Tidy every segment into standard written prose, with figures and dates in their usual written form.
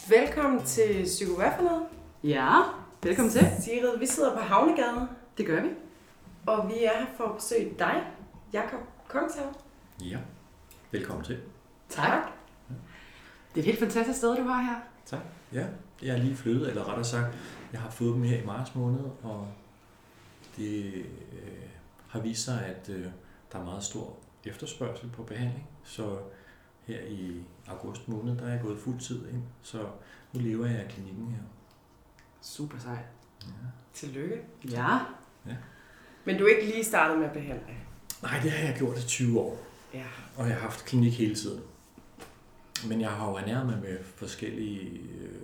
Velkommen til Psyko Hvad for noget? Ja, velkommen til. Sigrid, vi sidder på Havnegade, Det gør vi. og vi er her for at besøge dig, Jakob Kongshav. Ja, velkommen til. Tak. Det er et helt fantastisk sted, du har her. Tak. Ja, jeg er lige flyttet, eller rettere sagt, jeg har fået dem her i marts måned, og det har vist sig, at der er meget stor efterspørgsel på behandling. Så her i august måned, der er jeg gået fuld tid ind, så nu lever jeg af klinikken her. Super sejt. Ja. Tillykke. Ja. Men du er ikke lige startet med at behandle? Nej, det har jeg gjort i 20 år, Ja. og jeg har haft klinik hele tiden. Men jeg har jo ernæret mig med forskellige...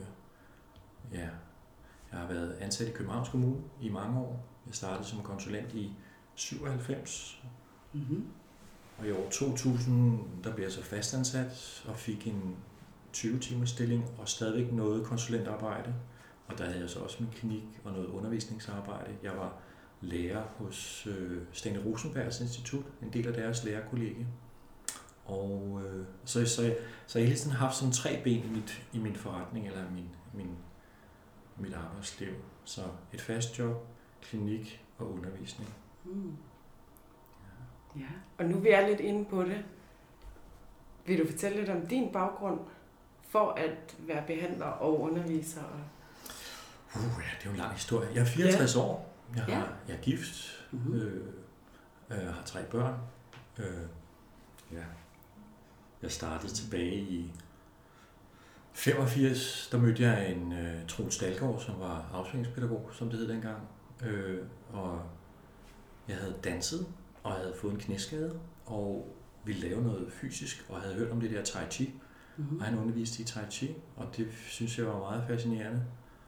Jeg har været ansat i Københavns Kommune i mange år. Jeg startede som konsulent i 97, Mm-hmm. og i år 2000, der blev jeg så fastansat og fik en 20-timers stilling og stadigvæk noget konsulentarbejde. Og der havde jeg så også min klinik og noget undervisningsarbejde. Jeg var lærer hos Stene Rosenbergs Institut, en del af deres lærerkollegie. Og så jeg har hele tiden haft sådan 3 ben i min forretning, eller mit arbejdsliv. Så et fast job, klinik og undervisning. Mm. Ja. Og nu vi er lidt inde på det. Vil du fortælle lidt om din baggrund for at være behandler og underviser? Ja, det er jo en lang historie. Jeg er 64 år. Jeg er gift. Mm-hmm. Har 3 børn. Jeg startede tilbage i 85. Der mødte jeg en Troels Dalgaard, som var afsvingspædagog, som det hed dengang. Og jeg havde danset, og havde fået en knæskade, og ville lave noget fysisk, og havde hørt om det der Tai Chi. Mm-hmm. Og han underviste i Tai Chi, og det synes jeg var meget fascinerende.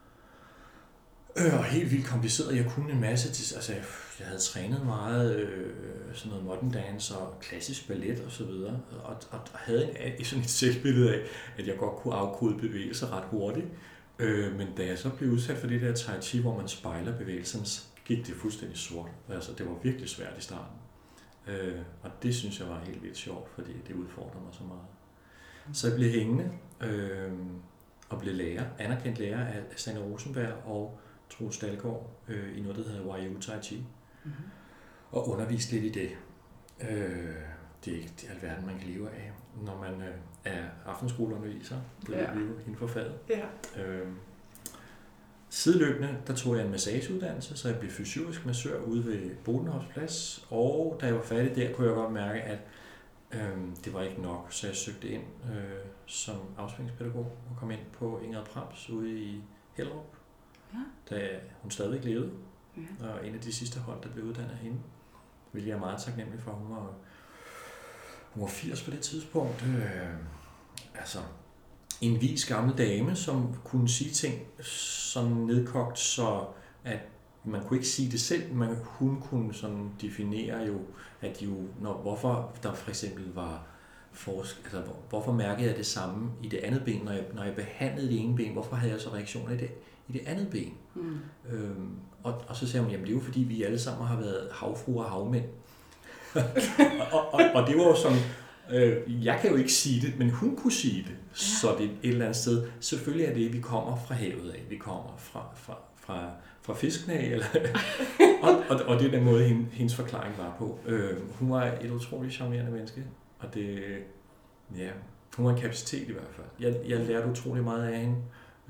Og helt vildt kompliceret. Jeg kunne en masse, jeg havde trænet meget sådan noget modern dance og klassisk ballet og så videre, og havde sådan et selvbillede af, at jeg godt kunne afkode bevægelser ret hurtigt. Men da jeg så blev udsat for det der Tai Chi, hvor man spejler bevægelsen, så gik det fuldstændig sort. Altså, det var virkelig svært i starten. Og det synes jeg var helt vildt sjovt, fordi det udfordrede mig så meget. Så jeg blev hængende og blev lærer, anerkendt lærer af Stane Rosenberg og Troels Dalgaard i noget, der hedder Wai Yu Tai Chi. Mm-hmm. Og underviste lidt i det. Det er ikke alverden, man kan leve af, når man er aftenskoleunderviser. Det er jo inden for faget. Ja. Sideløbende, der tog jeg en massageuddannelse, så jeg blev fysiorisk massør ude ved Bodenhoffs Plads. Og da jeg var færdig der, kunne jeg godt mærke, at det var ikke nok, så jeg søgte ind som afsvingspædagog og kom ind på Ingrid Prams ude i Hellerup, da hun stadigvæk levede. Ja. Og en af de sidste hold, der blev uddannet hende, hvilket jeg er meget taknemmelig for. Hun var 80 på det tidspunkt. En vis gammel dame, som kunne sige ting sådan nedkogt, så at man kunne ikke sige det selv, men hun kunne sådan definere jo, at hvorfor der for eksempel var hvorfor mærkede jeg det samme i det andet ben, når jeg behandlede det ene ben, hvorfor havde jeg så reaktioner i det andet ben? Mm. Og så sagde hun, jamen det er jo fordi, vi alle sammen har været havfruer og havmænd. og det var jo sådan, jeg kan jo ikke sige det, men hun kunne sige det, så det er et eller andet sted. Selvfølgelig er det, vi kommer fra havet af, vi kommer fra fiskene af, og det er den måde, hendes forklaring var på. Hun var et utroligt charmerende menneske, og hun var en kapacitet i hvert fald. Jeg lærte utrolig meget af hende.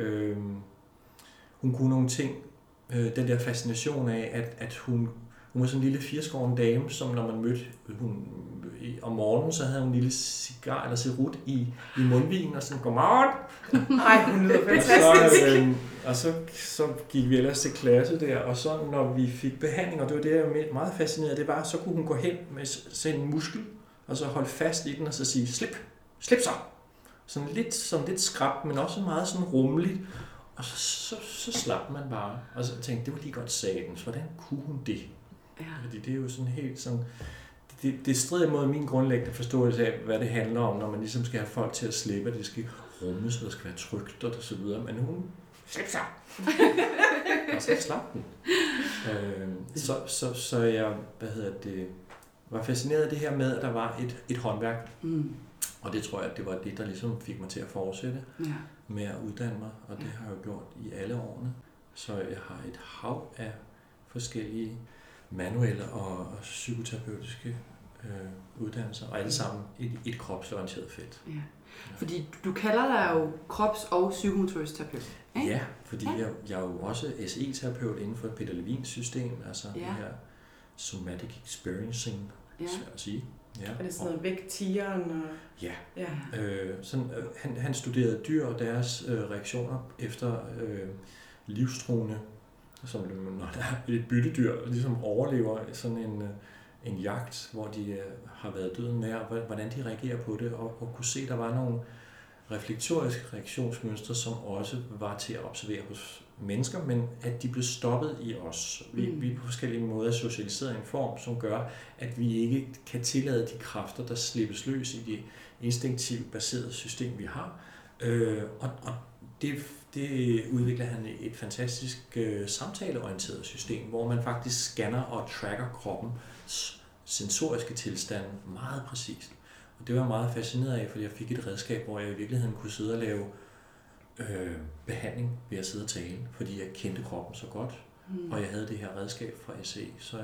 Hun kunne nogle ting, den der fascination af, at hun var sådan en lille 80-årig dame, som når man mødte om morgenen, så havde hun en lille cigar eller cerut i mundvigen, og sådan, godmorgen! Ej, hun lyder fantastisk! Og så gik vi ellers til klasse der, og så når vi fik behandling, og det var det, jeg var meget fascineret, det var, så kunne hun gå hen med sådan en muskel, og så holde fast i den, og så sige, slip så! Sådan lidt skrab, men også meget sådan rummeligt, og så slap man bare, og så tænkte, det var lige godt satans, hvordan kunne hun det? Ja. Fordi det er jo sådan helt sådan, det strider mod min grundlæggende forståelse af, hvad det handler om, når man ligesom skal have folk til at slippe, at det skal rummes, og det skal være trygt og så videre, men hun slip så! Og så slap den. Så jeg, var fascineret af det her med, at der var et håndværk. Og det tror jeg, at det var det, der ligesom fik mig til at fortsætte med at uddanne mig, og det har jeg jo gjort i alle årene. Så jeg har et hav af forskellige manuelle og psykoterapeutiske uddannelser, og alle sammen et kropsorienteret felt. Ja. Fordi du kalder dig jo krops- og psykomotorisk terapeut, ikke? Ja, fordi jeg er jo også SE-terapeut inden for Peter Levins system, altså det her somatic experiencing, svært at sige. Ja. Er det sådan noget væk tigeren? Og... Ja. Han studerede dyr og deres reaktioner efter livstruende, som når der er et byttedyr, ligesom overlever sådan en jagt, hvor de har været døden med, og hvordan de reagerer på det, og kunne se, at der var nogle reflektoriske reaktionsmønstre, som også var til at observere hos mennesker, men at de blev stoppet i os. Vi er på forskellige måder socialiseret i en form, som gør, at vi ikke kan tillade de kræfter, der slippes løs i det instinktivt baserede system, vi har. Og det udvikler han et fantastisk samtaleorienteret system, hvor man faktisk scanner og tracker kroppens sensoriske tilstand meget præcist. Og det var jeg meget fascineret af, fordi jeg fik et redskab, hvor jeg i virkeligheden kunne sidde og lave behandling ved at sidde og tale, fordi jeg kendte kroppen så godt, og jeg havde det her redskab fra SE. Så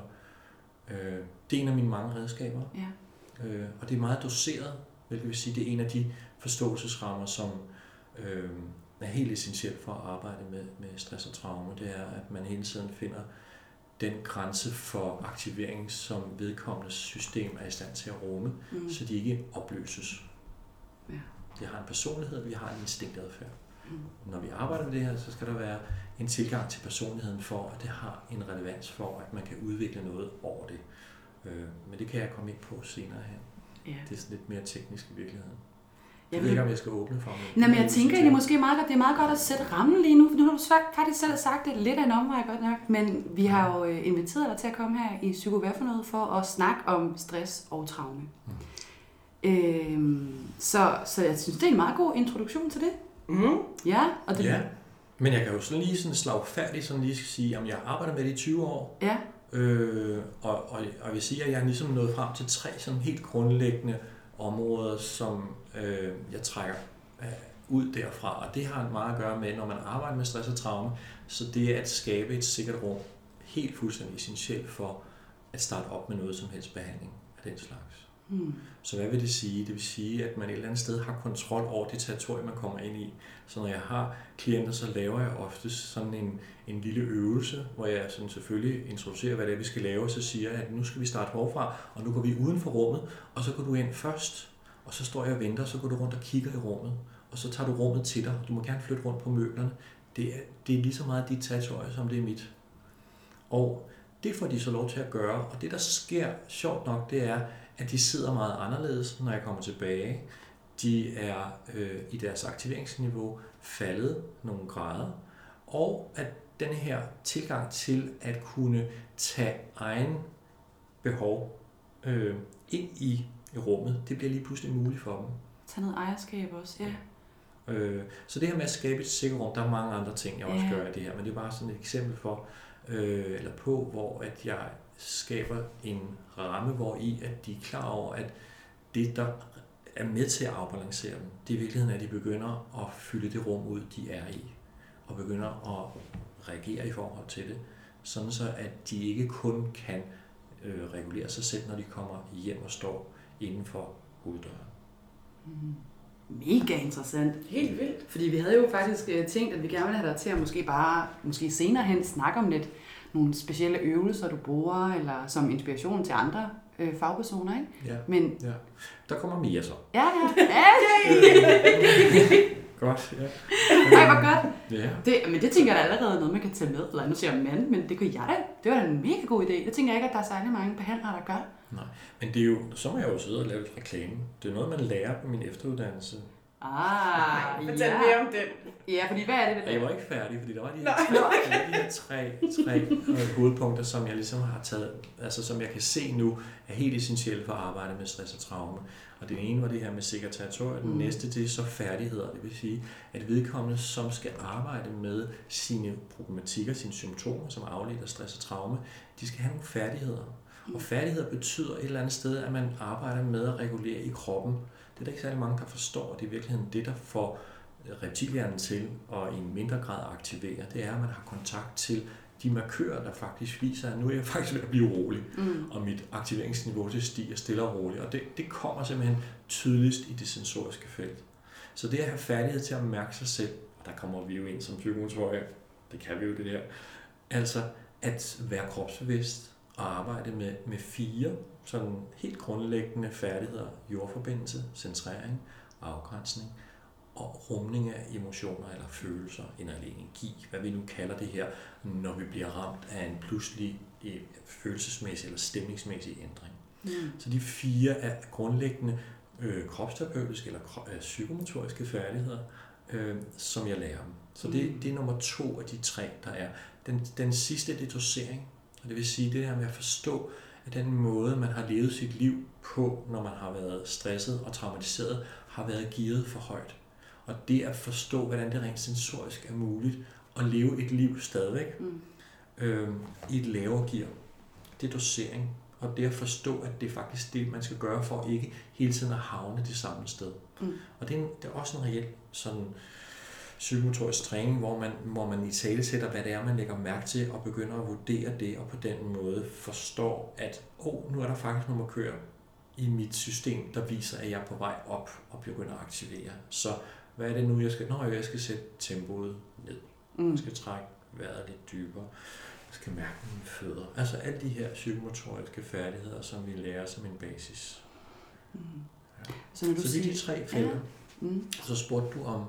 det er en af mine mange redskaber, og det er meget doseret, hvilket vil sige, det er en af de forståelsesrammer, som er helt essentielt for at arbejde med stress og traume. Det er, at man hele tiden finder den grænse for aktivering, som vedkommendes system er i stand til at rumme, så de ikke opløses. Ja. Det har en personlighed, vi har en instinktadfærd. Når vi arbejder med det her, så skal der være en tilgang til personligheden for, at det har en relevans for, at man kan udvikle noget over det. Men det kan jeg komme ind på senere hen. Ja. Det er sådan lidt mere teknisk i virkeligheden. Jeg ved ikke, om jeg skal åbne for mig. Nej, men jeg tænker egentlig måske meget godt, det er meget godt at sætte rammen lige nu, for nu har du faktisk selv sagt det lidt af en omvej godt nok, men vi har jo inviteret dig til at komme her i Psyko Hvad for noget for at snakke om stress og traume. Så jeg synes, det er en meget god introduktion til det. Ja, og det... Ja, men jeg kan jo sådan lige sådan slagfærdigt sådan lige sige, om jeg arbejder med det i 20 år. Ja. Og jeg vil sige, at jeg er ligesom nået frem til 3 sådan helt grundlæggende områder, som jeg trækker ud derfra, og det har meget at gøre med, når man arbejder med stress og traume, så det er at skabe et sikkert rum, helt fuldstændig essentielt for at starte op med noget som helst behandling af den slags. Så hvad vil det sige? Det vil sige, at man et eller andet sted har kontrol over det territorium, man kommer ind i. Så når jeg har klienter, så laver jeg ofte sådan en lille øvelse, hvor jeg sådan selvfølgelig introducerer, hvad det er, vi skal lave, og så siger jeg, at nu skal vi starte forfra, og nu går vi uden for rummet, og så går du ind først, og så står jeg og venter, og så går du rundt og kigger i rummet, og så tager du rummet til dig. Du må gerne flytte rundt på møblerne. Det er lige så meget dit territorium, som det er mit. Og det får de så lov til at gøre, og det der sker, sjovt nok, det er, at de sidder meget anderledes, når jeg kommer tilbage. De er i deres aktiveringsniveau faldet nogle grader, og at denne her tilgang til at kunne tage egen behov ind i rummet, det bliver lige pludselig muligt for dem. Tag noget ejerskab også, ja. Så det her med at skabe et sikkert rum, der er mange andre ting, jeg også gør i det her, men det er bare sådan et eksempel for, eller på, hvor at jeg skaber en ramme, hvor i at de er klar over, at det, der er med til at afbalancere dem, det er i virkeligheden, at de begynder at fylde det rum ud, de er i, og begynder at reagere i forhold til det, sådan så at de ikke kun kan regulere sig selv, når de kommer hjem og står inden for hoveddøren. Mega interessant. Helt vildt. Fordi vi havde jo faktisk tænkt, at vi gerne ville have dig til at måske senere hen snakke om lidt nogle specielle øvelser, du bruger, eller som inspiration til andre fagpersoner, ikke? Ja. Men Der kommer Mia så. Ja. Godt, ja. Ej, hvor godt. Ja. Men det tænker jeg da allerede noget, man kan tage med. Eller nu siger jeg mand, men det kunne jeg da. Det var da en mega god idé. Det tænker jeg ikke, at der er særlig mange behandlere, der gør. Nej, men det er jo, så må jeg jo sidde og lave et reklame. Det er noget, man lærer på min efteruddannelse. Fortæl mere om den. Ja, fordi hvad er det ved det? Jeg var ikke færdig, fordi der var de her tre hovedpunkter, som jeg ligesom har taget, altså som jeg kan se nu, er helt essentielle for at arbejde med stress og traume. Og det ene var det her med sikkert territorium, den næste det er så færdigheder, det vil sige, at vedkommende, som skal arbejde med sine problematikker, sine symptomer, som er afledt af stress og traume, de skal have nogle færdigheder. Og færdigheder betyder et eller andet sted, at man arbejder med at regulere i kroppen Det er der ikke særlig mange, der forstår. Det er i virkeligheden det, der får reptilhjernen til og i en mindre grad aktivere. Det er, at man har kontakt til de markører, der faktisk viser, at nu er jeg faktisk ved at blive urolig, og mit aktiveringsniveau det stiger stille og roligt. Og det kommer simpelthen tydeligst i det sensoriske felt. Så det at have færdighed til at mærke sig selv, og der kommer vi jo ind som psykomotorer, det kan vi jo det der, altså at være kropsbevidst og arbejde med 4 sådan helt grundlæggende færdigheder: jordforbindelse, centrering, afgrænsning og rumning af emotioner eller følelser, energi, hvad vi nu kalder det her, når vi bliver ramt af en pludselig følelsesmæssig eller stemningsmæssig ændring. Så de 4 er grundlæggende kropsterapeutiske eller psykomotoriske færdigheder, som jeg lærer dem. Så det er nummer 2 af de 3, der er. Den sidste, det er dosering. Og det vil sige det her med at forstå, at den måde, man har levet sit liv på, når man har været stresset og traumatiseret, har været gearet for højt. Og det at forstå, hvordan det rent sensorisk er muligt at leve et liv stadigvæk i et lavere gear, det er dosering. Og det at forstå, at det er faktisk det, man skal gøre for ikke hele tiden at havne det samme sted. Og det er også en reel sådan psykomotorisk træning, hvor man i tale sætter, hvad det er, man lægger mærke til, og begynder at vurdere det, og på den måde forstår, at nu er der faktisk nogle markører i mit system, der viser, at jeg er på vej op og begynder at aktivere. Så hvad er det nu, jeg skal? Jeg skal sætte tempoet ned. Jeg skal trække vejret lidt dybere. Jeg skal mærke mine fødder. Altså alle de her psykomotoriske færdigheder, som vi lærer som en basis. Ja. Så det er de 3 felter. Så spurgte du om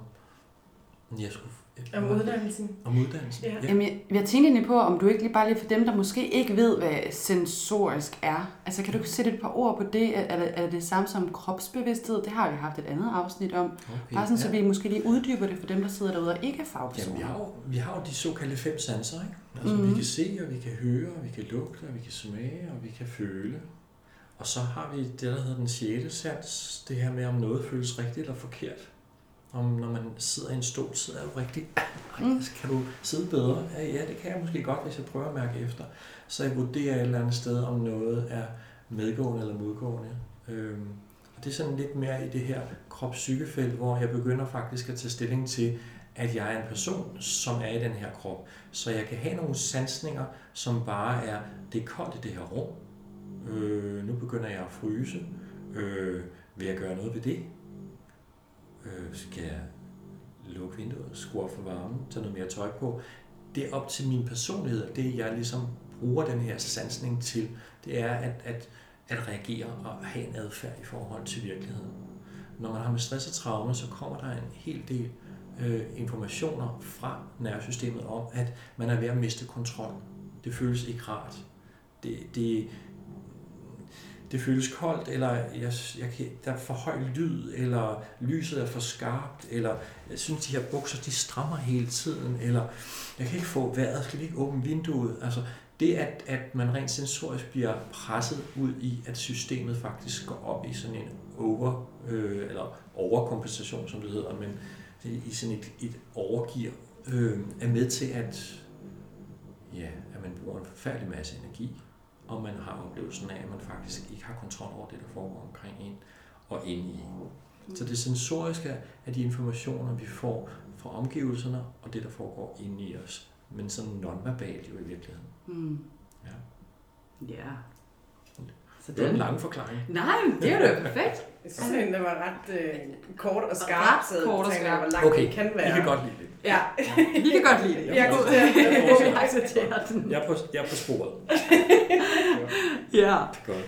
uddannelsen. Om uddannelsen, ja. Jamen, jeg tænkte egentlig på, om du ikke lige for dem, der måske ikke ved, hvad sensorisk er. Altså, kan du sætte et par ord på det? Er det samme som kropsbevidsthed? Det har vi haft et andet afsnit om. Okay, bare sådan, så vi måske lige uddyber det for dem, der sidder derude og ikke er fagpersoner. Jamen, vi har jo de såkaldte 5 sanser, ikke? Altså, vi kan se, og vi kan høre, og vi kan lugte, og vi kan smage, og vi kan føle. Og så har vi det, der hedder den 6. sans. Det her med, om noget føles rigtigt eller forkert. Om når man sidder i en stol, sidder du rigtigt. Kan du sidde bedre? Ja, det kan jeg måske godt, hvis jeg prøver at mærke efter. Så jeg vurderer et eller andet sted, om noget er medgående eller modgående. Og det er sådan lidt mere i det her krop-psykefelt, hvor jeg begynder faktisk at tage stilling til, at jeg er en person, som er i den her krop. Så jeg kan have nogle sansninger, som bare er, det er koldt i det her rum. Nu begynder jeg at fryse. Vil jeg gøre noget ved det? Skal jeg lukke vinduet, skrue op for varmen, tage noget mere tøj på? Det er op til min personlighed. Det jeg ligesom bruger den her sansning til, det er at reagere og have en adfærd i forhold til virkeligheden. Når man har med stress og traume, så kommer der en hel del informationer fra nervesystemet om, at man er ved at miste kontrol. Det føles ikke rart. Det føles koldt, eller der er for høj lyd, eller lyset er for skarpt, eller jeg synes, de her bukser, de strammer hele tiden, eller jeg kan ikke få vejret, skal vi ikke åbne vinduet? Altså det, at man rent sensorisk bliver presset ud i, at systemet faktisk går op i sådan en overkompensation, som det hedder, men i sådan et overgear, er med til, at man bruger en forfærdelig masse energi, og man har oplevelsen af, at man faktisk ikke har kontrol over det, der foregår omkring en og inde i. Så det sensoriske er de informationer, vi får fra omgivelserne, og det, der foregår inde i os, men sådan non-verbalt jo i virkeligheden. Ja. Så det er en lang forklaring. Nej, det er jo perfekt. Jeg synes, den der var ret kort og skarp, så jeg tænker, hvor langt okay, det kan være. I kan godt lide det. Ja, vi kan godt lide det. Jeg er på sporet. Ja. Godt.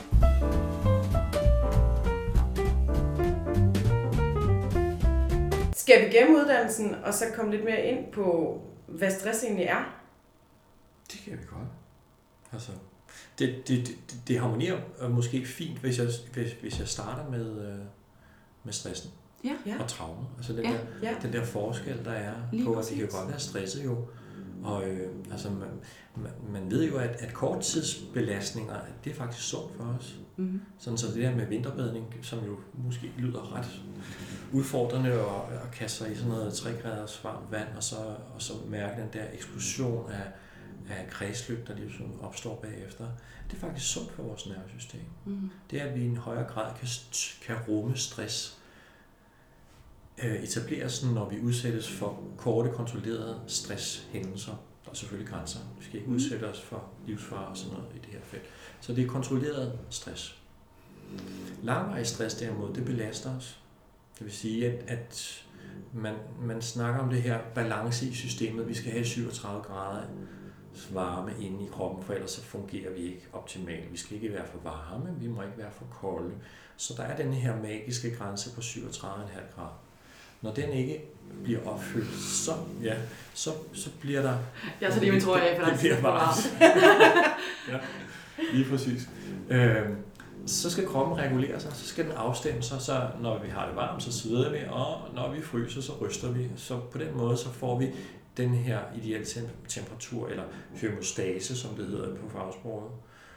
Skal vi gennem uddannelsen, og så komme lidt mere ind på, hvad stress egentlig er? Det kan vi godt. Altså, det harmonerer måske fint, hvis jeg starter med stressen og traume. Altså den der forskel, der er lige på, at det kan godt være stresset jo. Og altså man ved jo, at korttidsbelastninger, det er faktisk sundt for os. Mm-hmm. Sådan så det der med vinterbadning, som jo måske lyder ret udfordrende at kaste sig i sådan noget 3 graders varmt vand, og så mærke den der eksplosion af kredsløb, der ligesom opstår bagefter. Det er faktisk sundt for vores nervesystem. Det er, at vi i en højere grad kan rumme stress. Etableres, når vi udsættes for korte, kontrollerede stresshændelser. Der er selvfølgelig grænser. Vi skal ikke udsætte os for livsfare og sådan noget i det her felt. Så det er kontrolleret stress. Langvarig stress derimod, det belaster os. Det vil sige, at man snakker om det her balance i systemet. Vi skal have 37 grader varme inde i kroppen, for ellers så fungerer vi ikke optimalt. Vi skal ikke være for varme, vi må ikke være for kolde. Så der er den her magiske grænse på 37,5 grader. Når den ikke bliver opfyldt, så bliver der... Jeg så lige min trøje af, for det bliver varmt. Ja, lige præcis. Så skal kroppen regulere sig, så skal den afstemme sig, så når vi har det varmt, så sveder vi, og når vi fryser, så ryster vi. Så på den måde, så får vi den her ideelle temperatur, eller homøostase, som det hedder på fagsproget.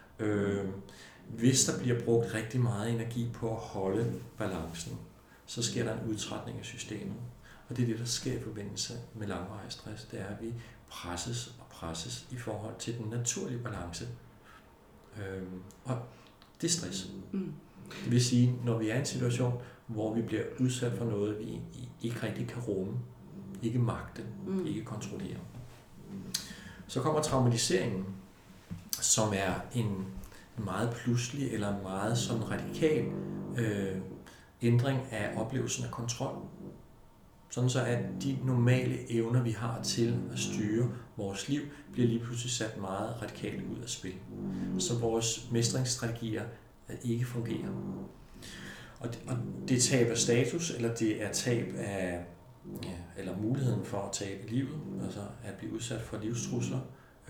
Hvis der bliver brugt rigtig meget energi på at holde balancen, så sker der en udtrætning af systemet. Og det er det, der sker i forbindelse med langvarig stress, det er, at vi presses i forhold til den naturlige balance. Og det er stress. Det vil sige, når vi er i en situation, hvor vi bliver udsat for noget, vi ikke rigtig kan rumme, ikke magte, ikke kontrollere. Så kommer traumatiseringen, som er en meget pludselig eller en meget sådan radikal ændring af oplevelsen af kontrol. Sådan så at de normale evner, vi har til at styre vores liv, bliver lige pludselig sat meget radikalt ud af spil. Så vores mestringsstrategier ikke fungerer. Og det tab af status, eller det er tab af, eller muligheden for at tabe livet, altså at blive udsat for livstrusler.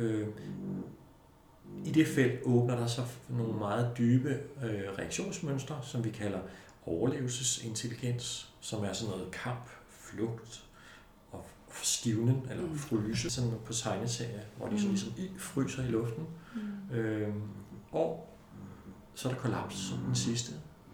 I det felt åbner der sig nogle meget dybe reaktionsmønstre, som vi kalder overlevelsesintelligens, som er sådan noget kamp, flugt og stivnen, eller fryse, sådan på tegneserier, hvor de så ligesom fryser i luften. Og så er der kollaps som den sidste.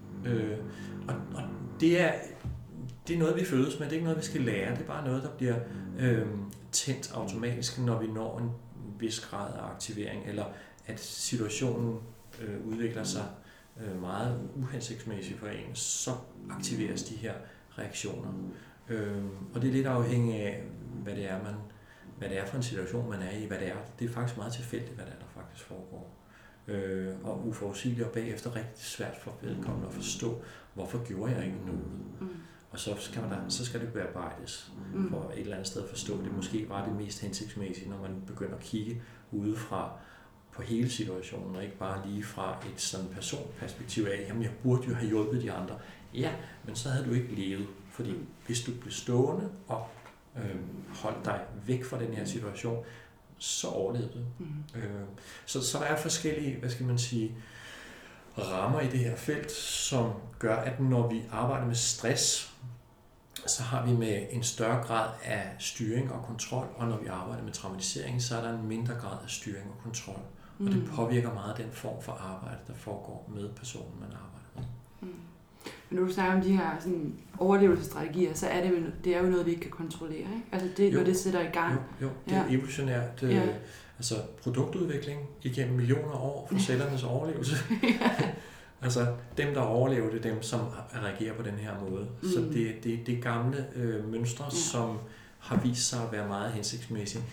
Og det er noget, vi fødes med, det er ikke noget, vi skal lære, det er bare noget, der bliver tændt automatisk, når vi når en vis grad af aktivering, eller at situationen udvikler sig meget uhensigtsmæssigt for en, så aktiveres de her reaktioner. Og det er lidt afhængigt af, hvad det er for en situation, man er i, hvad det er. Det er faktisk meget tilfældigt, hvad der faktisk foregår. Og uforudsigeligt og bagefter rigtig svært for vedkommende at forstå, hvorfor gjorde jeg ikke noget. Og så skal det bearbejdes for et eller andet sted at forstå, det måske var det mest hensigtsmæssige, når man begynder at kigge udefra på hele situationen, og ikke bare lige fra et sådan personperspektiv af, jamen jeg burde jo have hjulpet de andre. Ja, men så havde du ikke levet, fordi hvis du blev stående og holdt dig væk fra den her situation, så overlevede du. Så der er forskellige, hvad skal man sige, rammer i det her felt, som gør, at når vi arbejder med stress, så har vi med en større grad af styring og kontrol, og når vi arbejder med traumatisering, så er der en mindre grad af styring og kontrol. Og det påvirker meget den form for arbejde, der foregår med personen, man arbejder med. Men når du snakker om de her sådan, overlevelsesstrategier, så er det er jo noget, vi ikke kan kontrollere, ikke? Altså det, når det sætter i gang. Jo, det er evolutionært. Altså produktudvikling igennem millioner år for cellernes overlevelse. Altså dem, der overlever, det er dem, som reagerer på den her måde. Så det er gamle mønstre, som har vist sig at være meget hensigtsmæssige.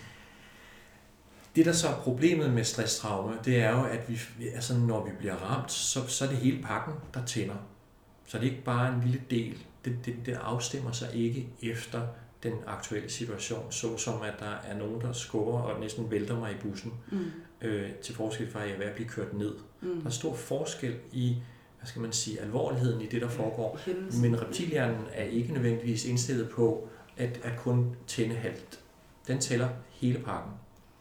Det, der så er problemet med stresstraume, det er jo, at altså, når vi bliver ramt, så er det hele pakken, der tænder. Så det er ikke bare en lille del. Den afstemmer sig ikke efter den aktuelle situation, såsom at der er nogen, der skubber og næsten vælter mig i bussen, til forskel fra, at jeg er ved at blive kørt ned. Der er stor forskel i, hvad skal man sige, alvorligheden i det, der foregår, men reptilhjernen er ikke nødvendigvis indstillet på at kun tænde halvt. Den tæller hele pakken.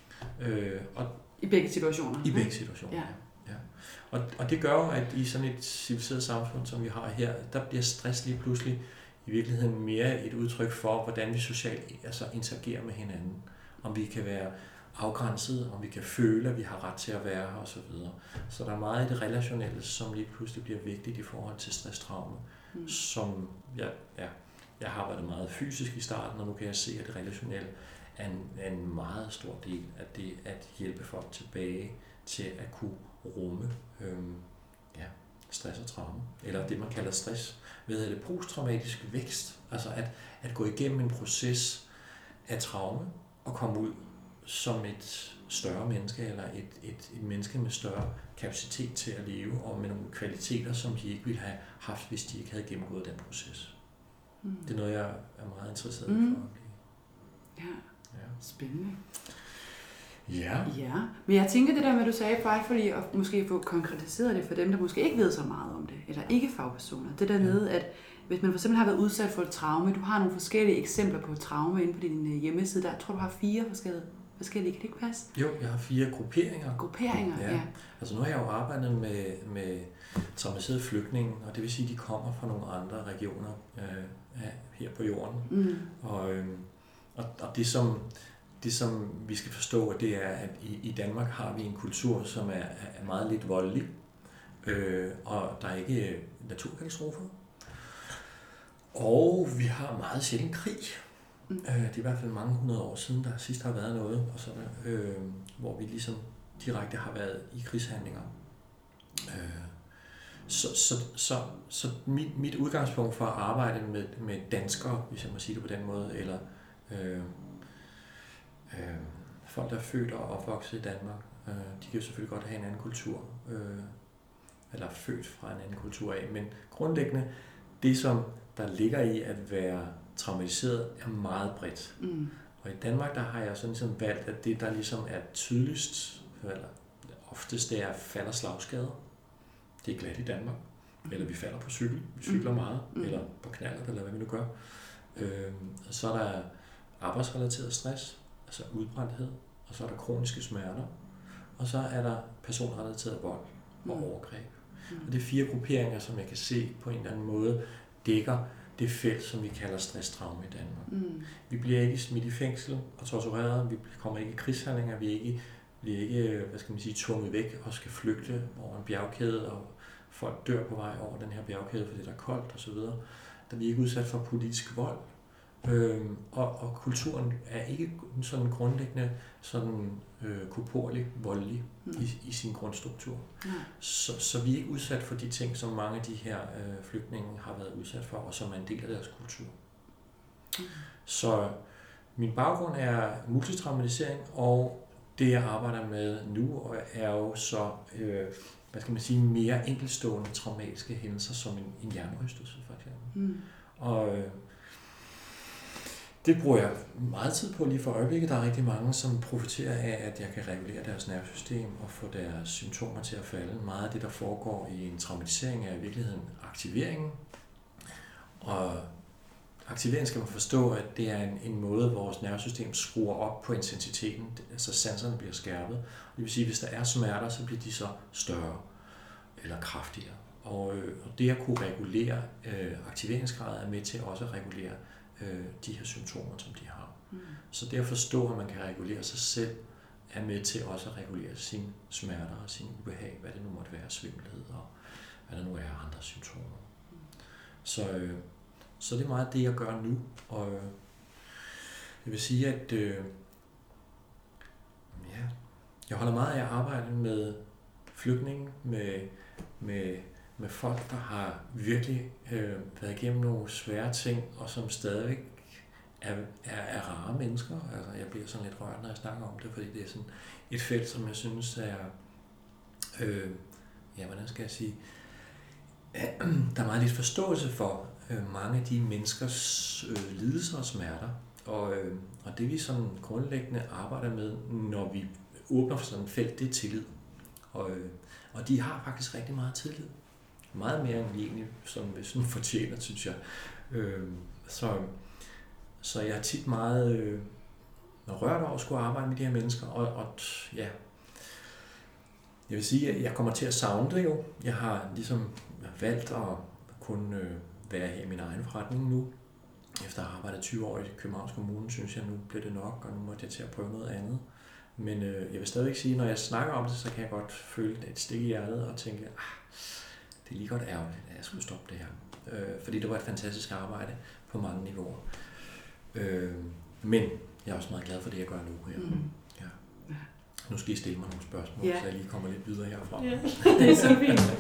Og i begge situationer? I begge situationer, ja. Og det gør jo, at i sådan et civiliseret samfund, som vi har her, der bliver stress lige pludselig i virkeligheden mere et udtryk for, hvordan vi socialt interagerer med hinanden. Om vi kan være afgrænset, om vi kan føle, at vi har ret til at være her osv. Så der er meget i det relationelle, som lige pludselig bliver vigtigt i forhold til stresstraume, som jeg har arbejdet meget fysisk i starten, og nu kan jeg se, at det relationelle er en meget stor del af det at hjælpe folk tilbage til at kunne rumme stress og traume, eller det man kalder stress. Posttraumatisk vækst, altså at gå igennem en proces af traume og komme ud som et større menneske, eller et menneske med større kapacitet til at leve, og med nogle kvaliteter, som de ikke ville have haft, hvis de ikke havde gennemgået den proces. Det er noget, jeg er meget interesseret i for at blive. Ja, spændende. Ja. Men jeg tænker det der med, du sagde, bare for lige at måske få konkretiseret det for dem, der måske ikke ved så meget om det, eller ikke fagpersoner. Det der med, at hvis man for eksempel har været udsat for et traume, du har nogle forskellige eksempler på traume inde på din hjemmeside, der tror du har 4 forskellige, kan det ikke passe? Jo, jeg har 4 grupperinger. Grupperinger, ja. Altså nu har jeg jo arbejdet med traumatiserede flygtninge, og det vil sige, at de kommer fra nogle andre regioner her på jorden. Og det som vi skal forstå, det er, at i Danmark har vi en kultur, som er meget lidt voldelig, og der er ikke naturkatastrofer. Og vi har meget sjældent krig. Det er i hvert fald mange 100 år siden, der sidst har været noget, og sådan, hvor vi ligesom direkte har været i krigshandlinger. Så mit udgangspunkt for at arbejde med danskere, hvis jeg må sige det på den måde, eller folk, der er født og opvokset i Danmark, de kan jo selvfølgelig godt have en anden kultur, eller født fra en anden kultur af, men grundlæggende, det som der ligger i at være traumatiseret, er meget bredt. Og i Danmark, der har jeg sådan valgt, at det, der ligesom er tydeligst, eller oftest, det er fald- og slagskader. Det er glat i Danmark. Eller vi falder på cykel, vi cykler meget, eller på knallert, eller hvad vi nu gør. Så er der arbejdsrelateret stress, altså udbrændthed, og så er der kroniske smerter, og så er der personrelateret vold og overgreb. Og det er 4 grupperinger, som jeg kan se på en eller anden måde dækker det felt, som vi kalder stresstraume i Danmark. Vi bliver ikke smidt i fængsel og tortureret, vi kommer ikke i krigshandlinger, vi bliver ikke tvunget væk og skal flygte over en bjergkæde, og folk dør på vej over den her bjergkæde, fordi der er koldt osv. Der er vi ikke udsat for politisk vold. Og kulturen er ikke sådan grundlæggende sådan korporlig, voldelig i sin grundstruktur. Så vi er ikke udsat for de ting, som mange af de her flygtninge har været udsat for, og som er en del af deres kultur. Så min baggrund er multitraumatisering, og det jeg arbejder med nu er jo så mere enkeltstående traumatiske hændelser, som en hjernerystelse for eksempel. Og det bruger jeg meget tid på lige for øjeblikket. Der er rigtig mange, som profiterer af, at jeg kan regulere deres nervesystem og få deres symptomer til at falde. Meget af det, der foregår i en traumatisering, er i virkeligheden aktiveringen. Og aktivering skal man forstå, at det er en måde, hvor vores nervesystem skruer op på intensiteten, altså sanserne bliver skærpet. Det vil sige, at hvis der er smerter, så bliver de så større eller kraftigere. Og det at kunne regulere aktiveringsgraden er med til også at regulere de her symptomer, som de har. Så det at forstå, at man kan regulere sig selv, er med til også at regulere sine smerter og sine ubehag, hvad det nu måtte være, svimmelhed og hvad der nu er andre symptomer. Så det er meget det, jeg gør nu. Og jeg vil sige, at jeg holder meget af at arbejde med flygtninge, med folk, der har virkelig været igennem nogle svære ting, og som stadig er rare mennesker. Altså, jeg bliver sådan lidt rørt, når jeg snakker om det, fordi det er sådan et felt, som jeg synes er, hvordan skal jeg sige, der er meget lidt forståelse for mange af de menneskers lidelser og smerter. Og det vi sådan grundlæggende arbejder med, når vi åbner for sådan et felt, det er tillid. Og de har faktisk rigtig meget tillid. Meget mere end vi egentlig sådan fortjener, synes jeg. Så jeg er tit meget rørt over at skulle arbejde med de her mennesker. Og jeg vil sige, at jeg kommer til at savne det jo. Jeg har ligesom valgt at kun være her i min egen forretning nu. Efter at have arbejdet 20 år i Københavns Kommune, synes jeg, nu blev det nok, og nu måtte jeg til at prøve noget andet. Men jeg vil stadigvæk sige, at når jeg snakker om det, så kan jeg godt føle et stik i hjertet og tænke, det er lige godt ærgerligt, at jeg skulle stoppe det her. Fordi det var et fantastisk arbejde på mange niveauer. Men jeg er også meget glad for det, jeg gør nu her. Ja. Nu skal I stille mig nogle spørgsmål, så jeg lige kommer lidt videre herfra. Ja, det er så fint.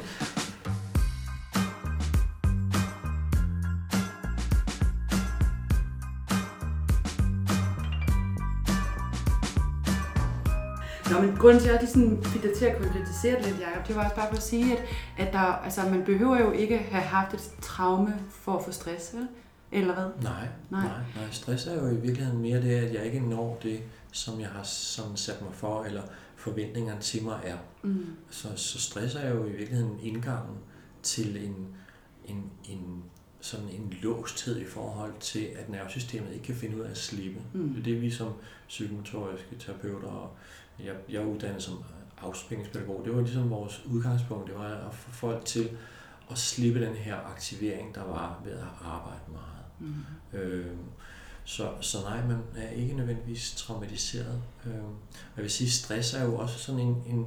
Nå, men grunden til, at jeg lige sådan fik dig til at konkretisere det lidt, Jacob, det var også bare for at sige, at der, altså, man behøver jo ikke have haft et traume for at få stress, vel? Eller hvad? Nej. Stress er jo i virkeligheden mere det, at jeg ikke når det, som jeg har sådan sat mig for, eller forventningerne til mig er. Så stress er jo i virkeligheden indgangen til sådan en låsthed i forhold til, at nervesystemet ikke kan finde ud af at slippe. Det er det, vi som psykomotoriske terapeuter, og jeg er uddannet som afspændingspædagog, det var ligesom vores udgangspunkt, det var at få folk til at slippe den her aktivering, der var ved at arbejde meget. Så nej, man er ikke nødvendigvis traumatiseret. Jeg vil sige, stress er jo også sådan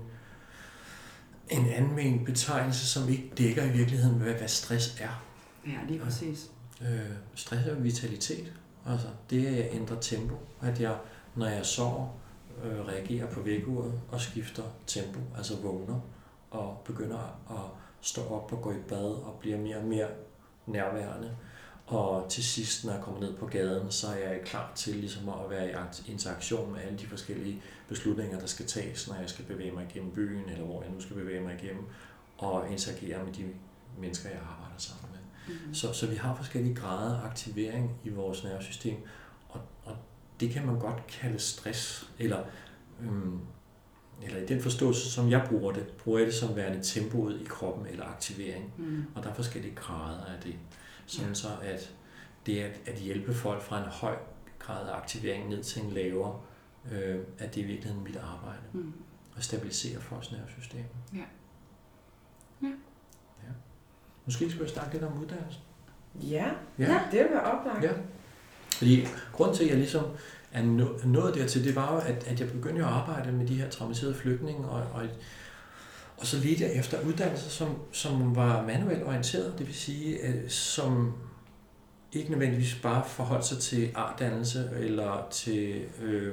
en anvendt betegnelse, som ikke dækker i virkeligheden, hvad stress er. Ja, lige præcis. Stress er jo vitalitet. Altså, det er, at jeg ændrer tempo. At jeg, når jeg sover, reagerer på vækkeuret og skifter tempo, altså vågner og begynder at stå op og gå i bad og bliver mere og mere nærværende. Og til sidst, når jeg kommer ned på gaden, så er jeg klar til ligesom at være i interaktion med alle de forskellige beslutninger, der skal tages, når jeg skal bevæge mig igennem byen, eller hvor jeg nu skal bevæge mig igennem, og interagere med de mennesker, jeg arbejder sammen med. Så vi har forskellige grader af aktivering i vores nervesystem, og det kan man godt kalde stress, eller i den forståelse, som jeg bruger jeg det som værende tempoet i kroppen, eller aktivering. Og der er forskellige grader af det. Sådan så, at det at hjælpe folk fra en høj grad af aktivering ned til en lavere, at det i virkeligheden mit arbejde. At stabilisere folks nervesystem. Ja. Måske skal vi snakke lidt om uddannelsen. Ja, det vil være oplagt. Ja. Fordi grunden til, at jeg ligesom er nået dertil, det var jo, at jeg begyndte at arbejde med de her traumatiserede flygtninge, og så ledte jeg efter uddannelser, som var manuelt orienteret, det vil sige, som ikke nødvendigvis bare forholdt sig til artdannelse eller til